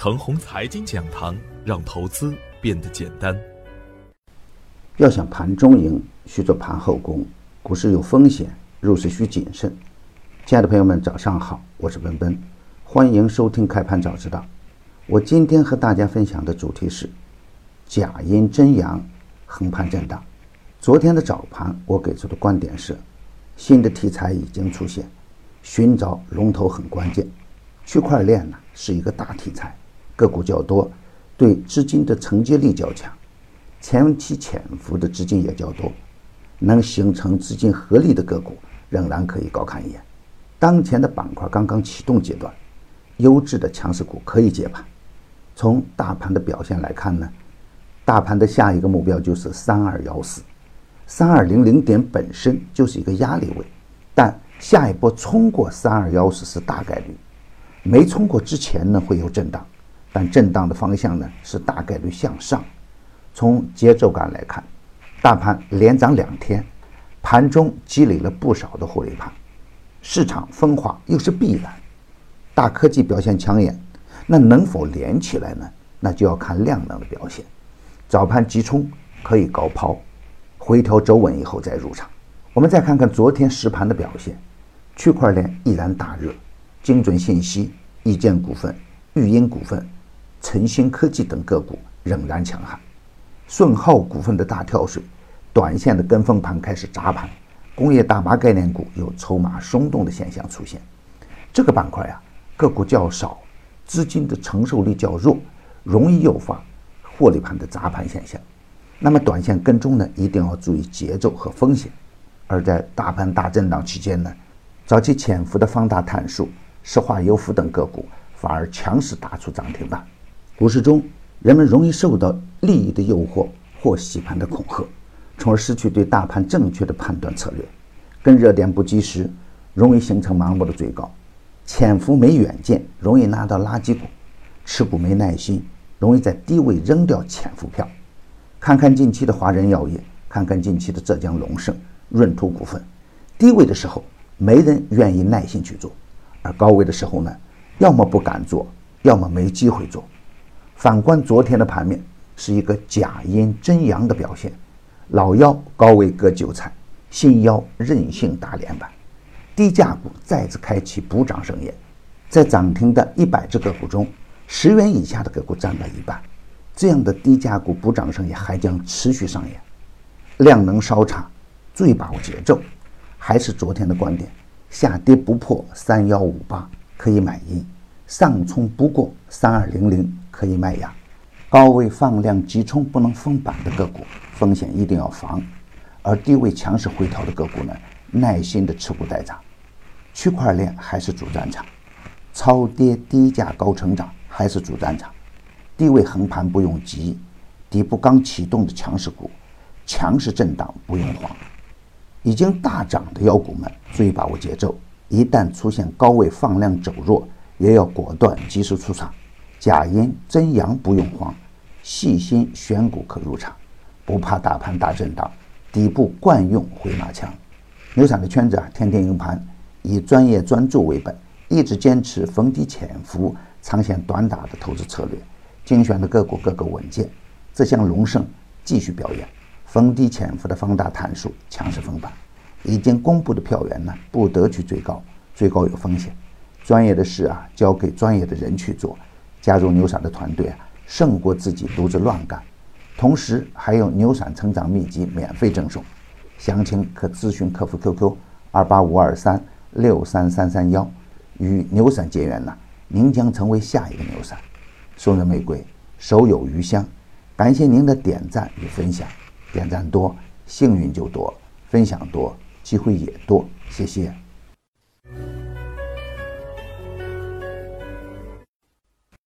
程红财经讲堂，让投资变得简单。 要想盘中赢，需做盘后功。股市有风险，入市需谨慎。亲爱的朋友们，早上好，我是奔奔，欢迎收听开盘早知道。我今天和大家分享的主题是假阴真阳，横盘震荡。昨天的早盘我给出的观点是，新的题材已经出现，寻找龙头很关键。区块链呢是一个大题材，个股较多，对资金的承接力较强，前期潜伏的资金也较多，能形成资金合力的个股仍然可以高看一眼。当前的板块刚刚启动阶段，优质的强势股可以接盘。从大盘的表现来看呢，大盘的下一个目标就是3214，3200点本身就是一个压力位，但下一波冲过3214是大概率，没冲过之前呢会有震荡，但震荡的方向呢是大概率向上。从节奏感来看，大盘连涨2天，盘中积累了不少的获利盘，市场分化又是必然。大科技表现抢眼，那能否连起来呢？那就要看量能的表现。早盘急冲可以高抛，回调走稳以后再入场。我们再看看昨天实盘的表现，区块链依然大热，精准信息、易建股份、玉音股份、晨星科技等个股仍然强悍。顺浩股份的大跳水，短线的跟风盘开始砸盘，工业大麻概念股有筹码松动的现象出现。这个板块个股较少，资金的承受力较弱，容易诱发获利盘的砸盘现象。那么短线跟踪呢，一定要注意节奏和风险。而在大盘大震荡期间呢，早期潜伏的方大碳素、石化油服等个股反而强势打出涨停板。股市中人们容易受到利益的诱惑或洗盘的恐吓，从而失去对大盘正确的判断策略，跟热点不及时，容易形成盲目的追高。潜伏没远见，容易拿到垃圾股；持股没耐心，容易在低位扔掉潜伏票。看看近期的华人药业，看看近期的浙江龙盛、润图股份，低位的时候没人愿意耐心去做，而高位的时候呢，要么不敢做，要么没机会做。反观昨天的盘面，是一个假阴真阳的表现，老妖高位割韭菜，新妖任性打脸板，低价股再次开启补涨盛宴。在涨停的100只个股中，10元以下的个股占了一半，这样的低价股补涨盛宴还将持续上演。量能稍差，注意把握节奏。还是昨天的观点，下跌不破3158可以买阴，上冲不过3200可以卖压。高位放量急冲不能封板的个股风险一定要防，而低位强势回调的个股呢，耐心的持股待涨。区块链还是主战场，超跌低价高成长还是主战场。低位横盘不用急，底部刚启动的强势股，强势震荡不用慌。已经大涨的妖股们注意把握节奏，一旦出现高位放量走弱，也要果断及时出场。假阴真阳不用慌，细心选股可入场，不怕大盘大震荡，底部惯用回马枪。牛散的圈子天天赢盘，以专业专注为本，一直坚持逢低潜伏、长线短打的投资策略，精选的个股个个稳健。这项龙盛继续表演，逢低潜伏的方大碳素强势封板，已经公布的票源呢，不得去追高，追高有风险。专业的事交给专业的人去做，加入牛散的团队胜过自己独自乱干。同时还有牛散成长秘籍免费赠送，详情可咨询客服 QQ 28523633331，与牛散结缘您将成为下一个牛散。送人玫瑰，手有余香。感谢您的点赞与分享，点赞多幸运就多，分享多机会也多，谢谢。